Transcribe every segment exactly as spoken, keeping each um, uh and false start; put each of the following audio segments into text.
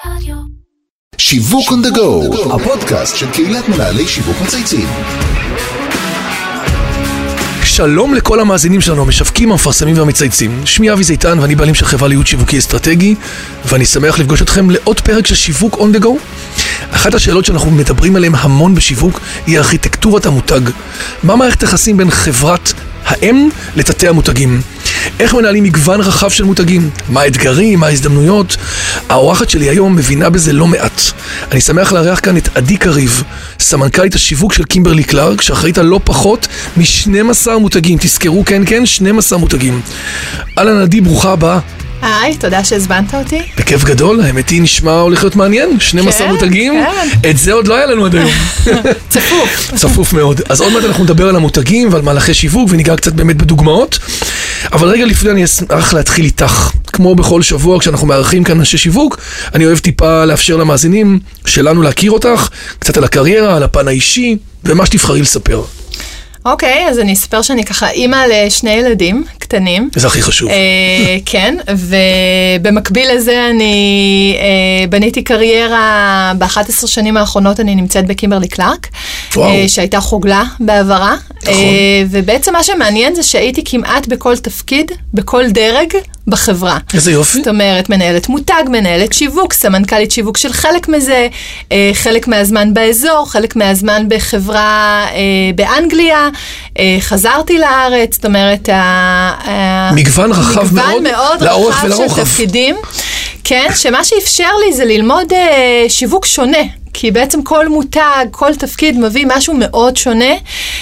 שיווק on the go, הפודקאסט של קהילת מנהלי שיווק מצייצים. שלום לכל המאזינים שלנו, המשווקים, המפרסמים והמצייצים. שמי אבי זיתן ואני בעלים של חברה לייעוץ שיווקי אסטרטגי, ואני שמח לפגוש אתכם לעוד פרק של שיווק on the go. אחת השאלות שאנחנו מדברים עליהן המון בשיווק היא ארכיטקטורת המותג. מה מערכת היחסים בין חברת האם לתתי המותגים? איך מנהלים מגוון רחב של מותגים? מה האתגרים? מה ההזדמנויות? האורחת שלי היום מבינה בזה לא מעט. אני שמח לארח כאן את עדי קריב, סמנכ"לית השיווק של קימברלי קלארק, שאחראית על לא פחות מ-שנים עשר מותגים. תזכרו, כן, כן, שנים עשר מותגים. אהלן עדי, ברוכה הבאה. היי, תודה שהזמנת אותי. בכיף גדול, האמת היא נשמע הולך להיות מעניין. שנים עשר מותגים, כן. את זה עוד לא היה לנו עד היום. צפוף. צפוף מאוד. אז עוד מעט אנחנו נדבר על המותגים ועל מהלכי שיווק, וניגע קצת באמת בדוגמאות. אבל רגע לפני אני אשמח להתחיל איתך. כמו בכל שבוע כשאנחנו מארחים כאן אנשי שיווק, אני אוהב טיפה לאפשר למאזינים שלנו להכיר אותך, קצת על הקריירה, על הפן האישי, ומה שתבחרי לספר. אוקיי, אז אני אספר שאני ככה אימא לשני ילדים קטנים. זה הכי חשוב. כן, ובמקביל לזה אני בניתי קריירה, באחת עשרה שנים האחרונות אני נמצאת בקימברלי קלארק, שהייתה חוגלה בעברה, ובעצם מה שמעניין זה שהייתי כמעט בכל תפקיד, בכל דרג בחברה. איזה יופי. זאת אומרת, מנהלת מותג, מנהלת שיווק, סמנכ"לית שיווק של חלק מזה, חלק מהזמן באזור, חלק מהזמן בחברה באנגליה, חזרתי לארץ, זאת אומרת, מגוון רחב מאוד, מאוד לאורך רחב ולרוחב. של תפקידים, כן, שמה שאפשר לי זה ללמוד שיווק שונה, כי בעצם כל מותג, כל תפקיד מביא משהו מאוד שונה,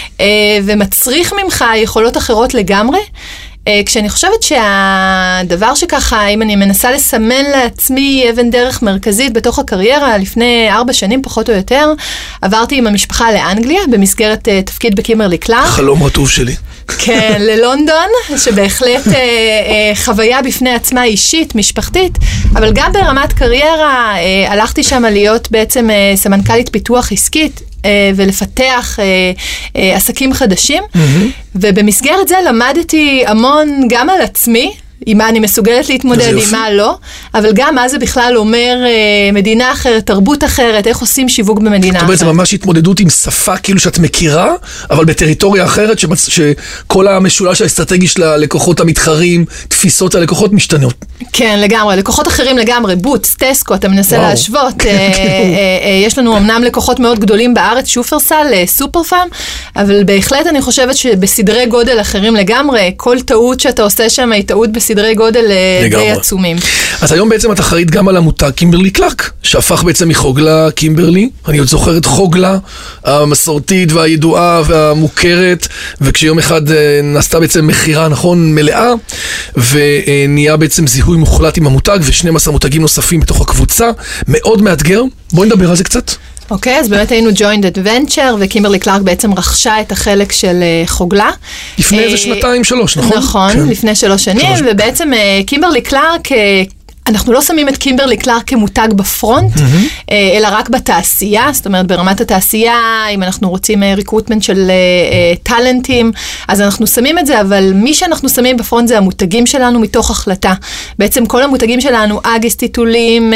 ומצריך ממך יכולות אחרות לגמרי, כשאני חושבת שהדבר שככה, אם אני מנסה לסמן לעצמי אבן דרך מרכזית בתוך הקריירה, לפני ארבע שנים פחות או יותר, עברתי עם המשפחה לאנגליה, במסגרת תפקיד בקימברלי קלארק. חלום רטוב שלי. כן, ללונדון, שבהחלט אה, אה, חוויה בפני עצמה אישית, משפחתית, אבל גם ברמת קריירה, אה, הלכתי שם להיות בעצם אה, סמנכ"לית פיתוח עסקית, ולפתח עסקים חדשים, ובמסגרת זה למדתי המון גם על עצמי, עם מה אני מסוגלת להתמודד, עם מה לא, אבל גם מה זה בכלל אומר מדינה אחרת, תרבות אחרת, איך עושים שיווק במדינה אחרת. זאת אומרת, זה ממש התמודדות עם שפה כאילו שאת מכירה, אבל בטריטוריה אחרת, שכל המשולש האסטרטגי של הלקוחות המתחרים, תפיסות הלקוחות משתנות. כן, לגמרי, לקוחות אחרים לגמרי, בוטס, טסקו, אתה מנסה להשוות, יש לנו אמנם לקוחות מאוד גדולים בארץ, שופרסל, סופר פארם, אבל בהחלט אני חושבת שבסדרי גודל אחרים לגמרי, כל טעות שאתה עושה שם היא טעות בסדרי גודל די עצומים. אז היום בעצם את אחראית גם על המותג קימברלי קלארק, שהפך בעצם מחוגלה קימברלי, אני עוד זוכר את חוגלה המסורתית והידועה והמוכרת, וכשיום אחד נעשתה בעצם מחירה, נכון, מלאה, ונהיה בעצם זיהוי מוחלט עם המותג, ו-שנים עשר מותגים נוספים בתוך הקבוצה, מאוד מאתגר. בואי נדבר על זה קצת. אוקיי, אז באמת היינו joint adventure, וקימברלי קלארק בעצם רכשה את החלק של חוגלה. לפני איזה שנתיים, שלוש, נכון? נכון, לפני שלוש שנים, ובעצם קימברלי קלארק, אנחנו לא שמים את קימברלי קלארק כמותג בפרונט, אלא רק בתעשייה, זאת אומרת ברמת התעשייה, אם אנחנו רוצים ריקרוטמנט של טלנטים, אז אנחנו שמים את זה, אבל מי שאנחנו שמים בפרונט זה המותגים שלנו מתוך החלטה. בעצם כל המותגים שלנו, אגס, טיטולים,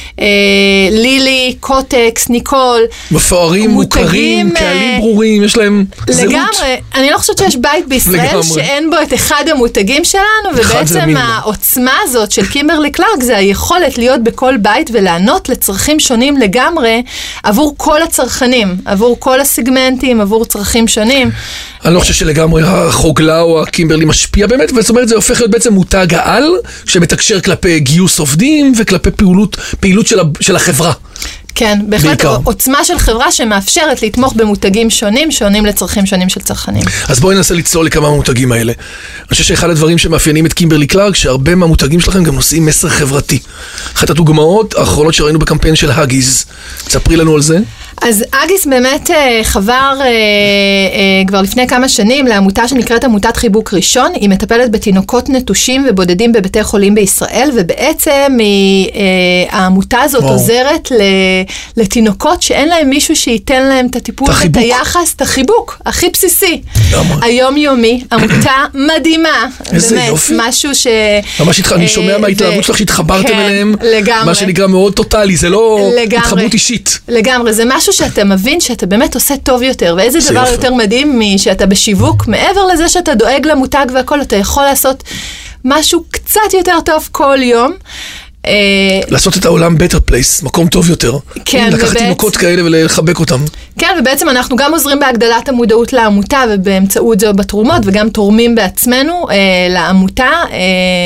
לילי, קוטקס, ניקול, מפוארים, מוכרים, קהלים ברורים, יש להם זהות. לגמרי, אני לא חושבת שיש בית בישראל שאין בו את אחד המותגים שלנו, ובעצם העוצמה הזאת של קימברלי קלארק, זה היכולת להיות בכל בית ולענות לצרכים שונים לגמרי עבור כל הצרכנים, עבור כל הסגמנטים, עבור צרכים שונים. אני לא חושב שלגמרי החוגלה או הקימברלי משפיע באמת, זאת אומרת זה הופך להיות בעצם מותג העל, שמתקשר כלפי גיוס עובדים וכלפי פעילות, פעילות של, של החברה. כן, בהחלט עוצמה של חברה שמאפשרת לתמוך במותגים שונים, שונים לצרכים שונים של צרכנים. אז בואי ננסה ליצור לכמה מהמותגים האלה. אני חושב שאחד הדברים שמאפיינים את קימברלי קלארק, שהרבה מהמותגים שלכם גם נושאים מסר חברתי. אחת הדוגמאות האחרונות שראינו בקמפיין של הגיז. תספרי לנו על זה. אז אגיס באמת חבר כבר לפני כמה שנים לעמותה שנקראת עמותת חיבוק ראשון. היא מטפלת בתינוקות נטושים ובודדים בבתי חולים בישראל, ובעצם היא, העמותה הזאת וואו. עוזרת לתינוקות שאין להם מישהו שייתן להם את הטיפול, את היחס, את החיבוק, הכי בסיסי. היומיומי, עמותה מדהימה. איזה באמת, יופי. משהו ש... ממש איתך, אני שומע מההתלהבות שלך שהתחברתם כן, אליהם. לגמרי. מה שנקרא מאוד טוטלי, זה לא לגמרי. התחברות אישית. לגמרי, זה משהו שאתה מבין שאתה באמת עושה טוב יותר, ואיזה דבר יופי. יותר מדהים משאתה בשיווק, מעבר לזה שאתה דואג למותג והכל, אתה יכול לעשות משהו קצת יותר טוב כל יום. לעשות את העולם better place, מקום טוב יותר. כן, לקחת ובעצם... תינוקות כאלה ולחבק אותם. כן, ובעצם אנחנו גם עוזרים בהגדלת המודעות לעמותה, ובאמצעות זה בתרומות, וגם תורמים בעצמנו אה, לעמותה, אה,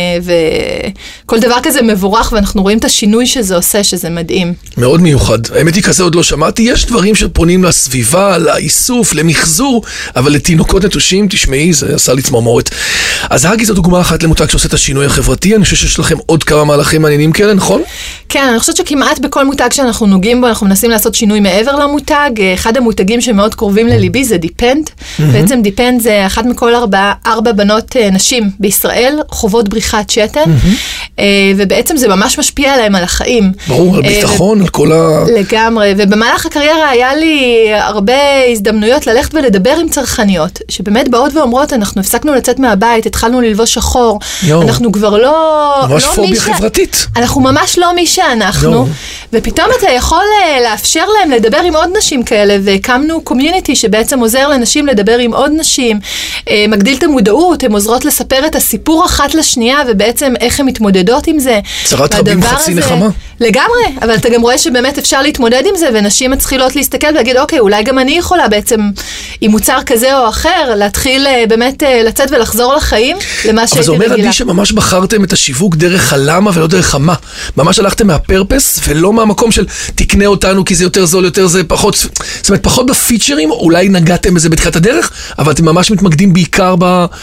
וכל דבר כזה מבורך, ואנחנו רואים את השינוי שזה עושה, שזה מדהים. מאוד מיוחד. האמת היא כזה עוד לא שמעתי, יש דברים שפונים לסביבה, לאיסוף, למחזור, אבל לתינוקות נטושים, תשמעי, זה עשה לי צמרמורת. אז האגי זו דוגמה אחת למותג שעושה את השינוי החברתי, אני חושב שיש לכם עוד כמה מהלכים מעניינים כאלה, נכון? כן, אני חושבת שכמעט בכל מותג שאנחנו נוגעים בו, אנחנו מנסים לעשות שינוי מעבר למותג. אחד המותגים שמאוד קרובים לליבי זה דיפנד. Mm-hmm. בעצם דיפנד זה אחת מכל ארבע, ארבע בנות נשים בישראל, חוות בריחת שתן, mm-hmm. ובעצם זה ממש משפיע עליהם על החיים. ברור, על ביטחון, ו... על כל ה... לגמרי, ובמהלך הקריירה היה לי הרבה הזדמנויות ללכת ולדבר עם צרכניות, שבאמת באות ואומרות, אנחנו הפסקנו לצאת מהבית, התחלנו ללבוש שחור, יו. אנחנו כבר לא... ממש לא פוביה מי ש... חברתית. אנחנו ממש לא מי שאנחנו, יו. ופתאום אתה יכול לאפשר להם לדבר עם עוד נשים כאלה, והקמנו קומיוניטי שבעצם עוזר לנשים לדבר עם עוד נשים, מגדיל את המודעות, הן עוזרות לספר את הסיפור אחת לשנייה, ובעצם איך הן מתמודדות עם זה. צרת רבים חצי נחמה. לגמרי, אבל אתה גם רואה שבאמת אפשר להתמודד עם זה, ונשים מתחילות להסתכל ולהגיד, אוקיי, אולי גם אני יכולה בעצם, עם מוצר כזה או אחר, להתחיל באמת לצאת ולחזור לחיים, למה שהייתי רגילה. אבל זה אומר עדי שממש בחרתם את השיווק דרך הלמה ולא דרך המה. ממש הלכתם מהפרפס, ולא מהמקום של תקנה אותנו, כי זה יותר זול, יותר זה פחות, זאת אומרת, פחות בפיצ'רים, אולי נגעתם בזה בתחילת הדרך, אבל אתם ממש מתמקדים בעיקר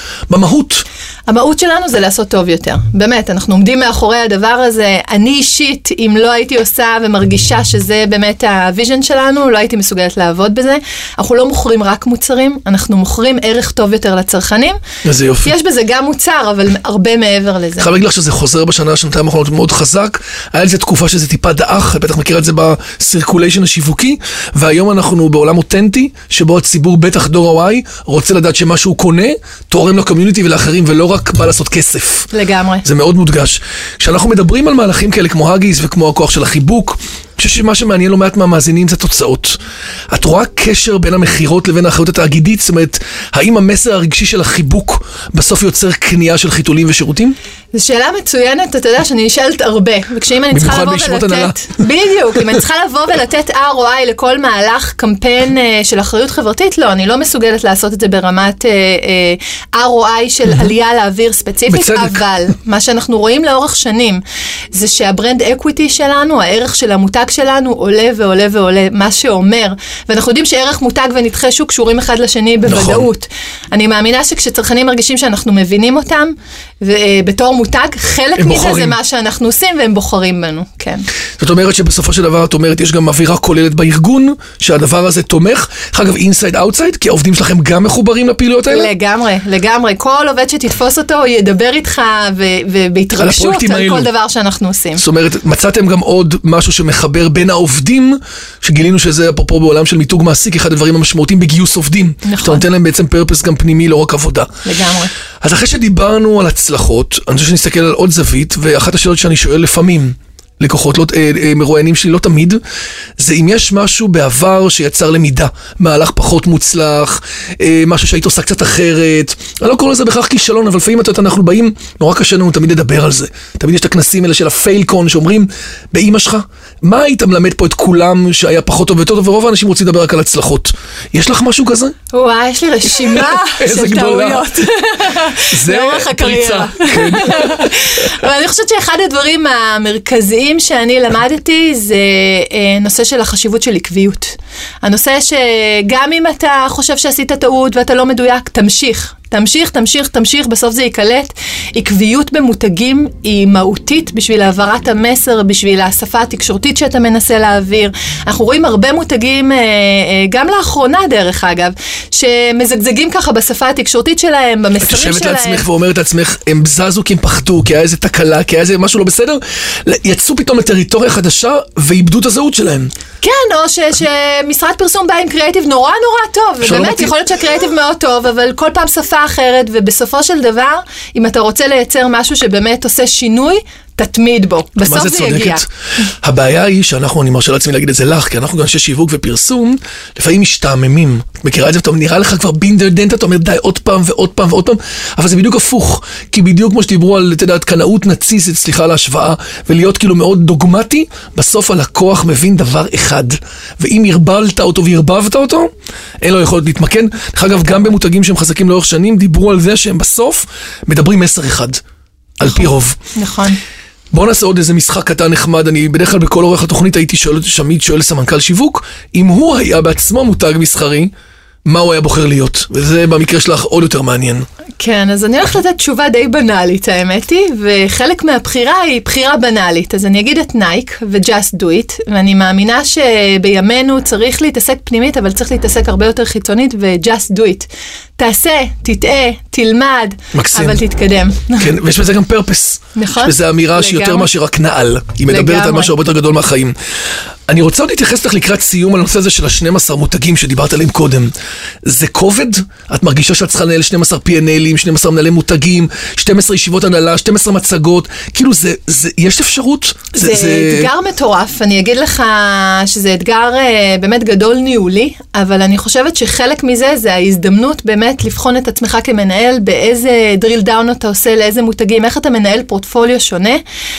במהות. המהות שלנו זה לעשות טוב יותר. באמת, אנחנו עומדים מאחורי הדבר הזה. אני אישית, אם לא הייתי עושה ומרגישה שזה באמת הוויז'ן שלנו, לא הייתי מסוגלת לעבוד בזה. אנחנו לא מוכרים רק מוצרים, אנחנו מוכרים ערך טוב יותר לצרכנים. איזה יופי. יש בזה גם מוצר, אבל הרבה מעבר לזה. חייב להגיד לך שזה חוזר בשנה, שנתיים האחרונות מאוד חזק. היה לזה תקופה שזה טיפה דאח, בטח מכיר את זה בסירקוליישן השיווקי, והיום אנחנו בעולם אותנטי, שבו הציבור, בטח דור ה-Y, רוצה לדעת שמה שהוא קונה, תורם לקומיוניטי ולאחרים, ולא רק בא לעשות כסף. לגמרי. זה מאוד מודגש. כשאנחנו מדברים על מהלכים כאלה כמו האגיס וכמו הכוח של החיבוק, אני חושב שמה שמעניין לא מעט מהמאזינים זה תוצאות. את רואה קשר בין המחירות לבין האחריות התאגידית? זאת אומרת, האם המסר הרגשי של החיבוק בסוף יוצר קנייה של חיתולים ושירותים? זו שאלה מצוינת, אתה יודע שאני נשאלת הרבה, וכשאם אני צריכה לבוא ולתת, בדיוק, אם אני צריכה לבוא ולתת אר או איי לכל מהלך קמפיין של אחריות חברתית, לא, אני לא מסוגלת לעשות את זה ברמת אר או איי של עלייה לאוויר ספציפית, אבל מה שאנחנו רואים לאורך שנים, זה שהברנד אקוויטי שלנו, הערך של המותג שלנו עולה ועולה ועולה, מה שאומר, ואנחנו יודעים שערך מותג ונתחי שוק קשורים אחד לשני בוודאות. אני מאמינה שכשצרכנים מרגישים שאנחנו מבינים אותם, ובתור מותג, חלק מזה זה מה שאנחנו עושים, והם בוחרים בנו, כן. זאת אומרת שבסופו של דבר, את אומרת, יש גם אווירה כוללת בארגון, שהדבר הזה תומך, אגב, אינסייד אאוטסייד, כי העובדים שלכם גם מחוברים לפעילויות האלה? לגמרי, לגמרי. כל עובד שתתפוס אותו, ידבר איתך, ובהתרגשות על כל דבר שאנחנו עושים. זאת אומרת, מצאתם גם עוד משהו שמחבר בין העובדים, שגילינו שזה אפרופו בעולם של מיתוג מעסיק, אחד הדברים המשמעותיים בגיוס עובדים. נכון. שאתה נותן להם בעצם פרפס גם פנימי, לא רק עבודה. לגמרי. אז אחרי שדיברנו על הצלחות, אני חושב שנסתכל על עוד זווית, ואחת השאלות שאני שואל לפעמים, לקוחות, לא, אה, אה, מרואיינים שלי, לא תמיד, זה אם יש משהו בעבר שיצר למידה, מהלך פחות מוצלח, אה, משהו שהיית עושה קצת אחרת, אני לא קורא לזה בכך כישלון, אבל לפעמים את, אנחנו באים, נורא קשה לנו תמיד לדבר על זה. תמיד יש את הכנסים האלה של הפיילקון, שאומרים, באמא שלך, מה היית מלמד פה את כולם שהיה פחות טוב וטוב, ורוב האנשים רוצים לדבר רק על הצלחות. יש לך משהו כזה? וואי, יש לי רשימה של טעויות. זה פריצה. אבל אני חושבת שאחד הדברים המרכזיים שאני למדתי זה נושא של החשיבות של עקביות. הנושא שגם אם אתה חושב שעשית טעות ואתה לא מדויק, תמשיך. תמשיך, תמשיך, תמשיך, בסוף זה יקלט. עקביות במותגים היא מהותית בשביל העברת המסר, בשביל השפה התקשורתית שאתה מנסה להעביר. אנחנו רואים הרבה מותגים, גם לאחרונה דרך אגב, שמזגזגים ככה בשפה התקשורתית שלהם, במסרים שלהם. את יושבת לעצמך ואומרת לעצמך, הם זזו כי הם פחדו, כי היה איזה תקלה, כי היה איזה משהו לא בסדר, יצאו פתאום לטריטוריה חדשה ואיבדו את הזהות שלהם. כן, או שמשרד פרסום בא עם קריאטיב נורא נורא טוב, ובאמת יכול להיות שהקריאטיב מאוד טוב, אבל כל פעם שפה אחרת, ובסופו של דבר, אם אתה רוצה לייצר משהו שבאמת עושה שינוי, תתמיד בו. בסוף זה, זה יגיע. הבעיה היא שאנחנו, אני מרשה לעצמי להגיד את זה לך, כי אנחנו גם אנשי שיווק ופרסום, לפעמים משתעממים. את מכירה את זה, ואתה נראה לך כבר בינדר דנטה, אתה אומר די עוד פעם ועוד פעם ועוד פעם, אבל זה בדיוק הפוך. כי בדיוק כמו שדיברו על, אתה יודעת, קנאות נאציסטית, סליחה על ההשוואה, ולהיות כאילו מאוד דוגמטי, בסוף הלקוח מבין דבר אחד. ואם הרבלת אותו והרבבת אותו, אין לו יכולת להתמקן. דרך אגב, גם במותגים שהם חזקים לאורך שנים, דיברו על זה שהם בסוף מדברים מסר אחד. על פי רוב. נכון. בואו נעשה עוד איזה משחק קטן נחמד. אני בדרך כלל בכל אורך התוכנית הייתי שואל, שמית שואל סמנכ"ל שיווק, אם הוא היה בעצמו מותג מסחרי, מה הוא היה בוחר להיות? וזה במקרה שלך עוד יותר מעניין. כן, אז אני הולכת לתת תשובה די בנאלית, האמת היא, וחלק מהבחירה היא בחירה בנאלית. אז אני אגיד את נייק ו-Just Do It, ואני מאמינה שבימינו צריך להתעסק פנימית, אבל צריך להתעסק הרבה יותר חיצונית, ו-Just Do It. תעשה, תטעה, תלמד, מקסים. אבל תתקדם. כן, ויש בזה גם פרפס. נכון. יש בזה אמירה שהיא יותר מאשר רק נעל. היא מדברת על משהו הרבה יותר גדול מהחיים. אני רוצה עוד להתייחס לך לקראת סיום על הנושא הזה של ה-שנים עשר מותגים שדיברת עליהם קודם. זה כובד? את מרגישה שאת צריכה לנהל שנים עשר פי אן אל'ים, שנים עשר מנהלי מותגים, שתים עשרה ישיבות הנהלה, שתים עשרה מצגות, כאילו זה, זה, יש אפשרות? זה, זה, זה אתגר מטורף, אני אגיד לך שזה אתגר באמת גדול ניהולי, אבל אני חושבת שחלק מזה זה ההזדמנות באמת לבחון את עצמך כמנהל, באיזה drill down אתה עושה, לאיזה מותגים, איך אתה מנהל פורטפוליו שונה,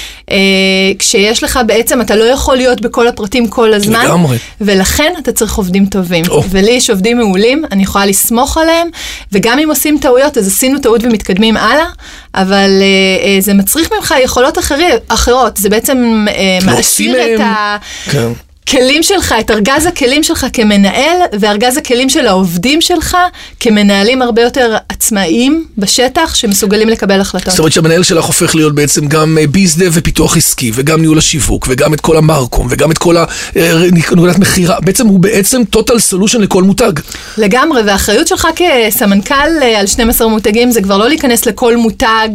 כשיש לך בעצם, אתה לא יכול להיות בכל הפרטים כל הזמן, לגמרי. ולכן אתה צריך עובדים טובים. Oh. ולי יש עובדים מעולים, אני יכולה לסמוך עליהם, וגם אם עושים טעויות, אז עשינו טעות ומתקדמים הלאה, אבל uh, זה מצריך ממך יכולות אחרי, אחרות, זה בעצם uh, מעשיר את ה... כן. כלים שלך, את ארגז הכלים שלך כמנהל, וארגז הכלים של העובדים שלך, כמנהלים הרבה יותר עצמאיים בשטח, שמסוגלים לקבל החלטות. זאת אומרת שהמנהל שלך הופך להיות בעצם גם ביזדב ופיתוח עסקי, וגם ניהול השיווק, וגם את כל המרקום, וגם את כל הנקודת מחירה. בעצם הוא בעצם total solution לכל מותג. לגמרי, והאחריות שלך כסמנכ"ל על שנים עשר מותגים, זה כבר לא להיכנס לכל מותג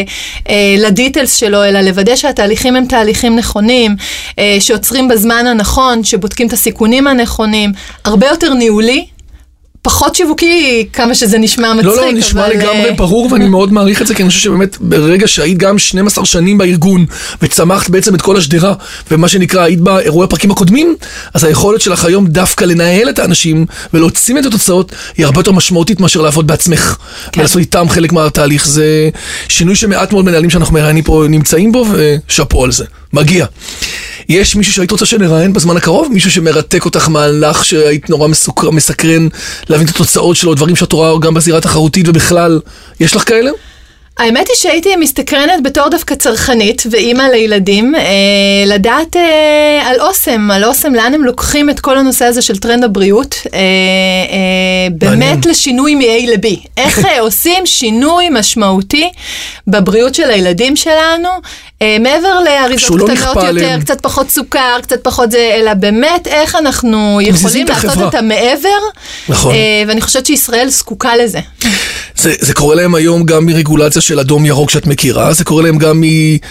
לדיטלס שלו, אלא לוודא שהתהליכים הם תהליכים נכונים, שעוצרים בזמן הנכון, שבודקים את הסיכונים הנכונים, הרבה יותר ניהולי, פחות שיווקי, כמה שזה נשמע מצחיק. לא, לא, נשמע אבל... לגמרי ברור, ואני מאוד מעריך את זה, כי אני חושב שבאמת ברגע שהיית גם שנים עשר שנים בארגון, וצמחת בעצם את כל השדרה, ומה שנקרא, היית באירועי הפרקים הקודמים, אז היכולת שלך היום דווקא לנהל את האנשים, ולהוצאים את התוצאות, היא הרבה יותר משמעותית מאשר לעבוד בעצמך. כן. ולעשות איתם חלק מהתהליך, זה שינוי שמעט מאוד מנהלים שאנחנו מראיינים פה נמצאים בו, ושאפו על זה. מגיע. יש מישהו שהיית רוצה שנראיין בזמן הקרוב? מישהו שמרתק אותך מהלך שהיית נורא מסוקר, מסקרן להבין את התוצאות שלו, דברים שאת רואה גם בזירה התחרותית ובכלל, יש לך כאלה? האמת היא שהייתי מסתקרנת בתור דווקא צרכנית ואימא לילדים, אה, לדעת אה, על אוסם, על אוסם, לאן הם לוקחים את כל הנושא הזה של טרנד הבריאות, אה, אה, באמת לשינוי מ-A ל-B. איך אה, עושים שינוי משמעותי בבריאות של הילדים שלנו, אה, מעבר לאריזות לא קטנות יותר, עליהם. קצת פחות סוכר, קצת פחות זה, אלא באמת איך אנחנו יכולים לעשות את המעבר, נכון. אה, ואני חושבת שישראל זקוקה לזה. זה, זה קורה להם היום גם מרגולציה של אדום ירוק שאת מכירה, זה קורה להם גם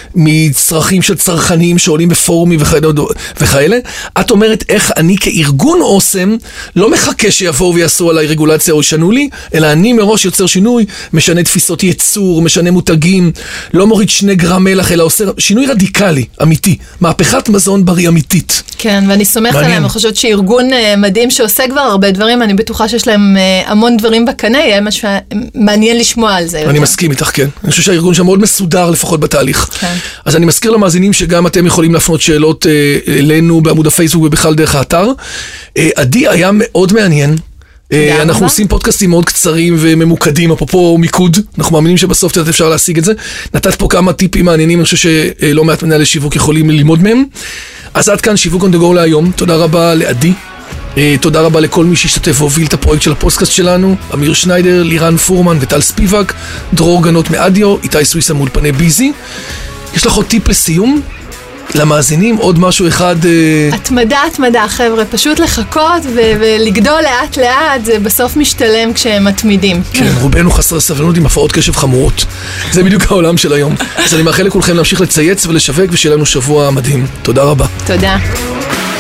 מצרכים של צרכנים שעולים בפורומים וכאלה. את אומרת איך אני כארגון אוסם לא מחכה שיבואו ויעשו עליי רגולציה או ישנו לי, אלא אני מראש יוצר שינוי, משנה תפיסות ייצור, משנה מותגים, לא מוריד שני גרם מלח, אלא עושה שינוי רדיקלי, אמיתי, מהפכת מזון בריא אמיתית. כן, ואני סומכת עליהם, אני חושבת שארגון מדהים שעושה כבר הרבה דברים, אני בטוחה שיש להם המון דברים בקנה, יהיה משהו מעניין לשמוע על זה. אני מסכים איתך, כן. אני חושב שהארגון שם מאוד מסודר, לפחות בתהליך. כן. אז אני מזכיר למאזינים שגם אתם יכולים להפנות שאלות אלינו בעמוד הפייסבוק ובכלל דרך האתר. עדי, היה מאוד מעניין. אנחנו עושים פודקאסטים מאוד קצרים וממוקדים, אפרופו מיקוד, אנחנו מאמינים שבסוף אפשר להשיג את זה. נתת פה כמה טיפים מעניינים, אני חושב שלא מעט מנהלי שיווק יכולים ללמוד מהם. אז עד כאן שיווק on the go להיום. תודה רבה לעדי. תודה רבה לכל מי שהשתתף והוביל את הפרויקט של הפודקאסט שלנו, אמיר שניידר, לירן פורמן וטל ספיבק, דרור גנות מאדיו, איתי סוויסה מאולפני ביזי. יש לך עוד טיפ לסיום? למאזינים עוד משהו אחד... התמדה, התמדה, חבר'ה, פשוט לחכות ו- ולגדול לאט לאט, זה בסוף משתלם כשהם מתמידים. כן, רובנו חסרי סבלנות עם הפרעות קשב חמורות. זה בדיוק העולם של היום. אז אני מאחל לכולכם להמשיך לצייץ ולשווק, ושיהיה לנו שבוע מדהים. תודה רבה. תודה.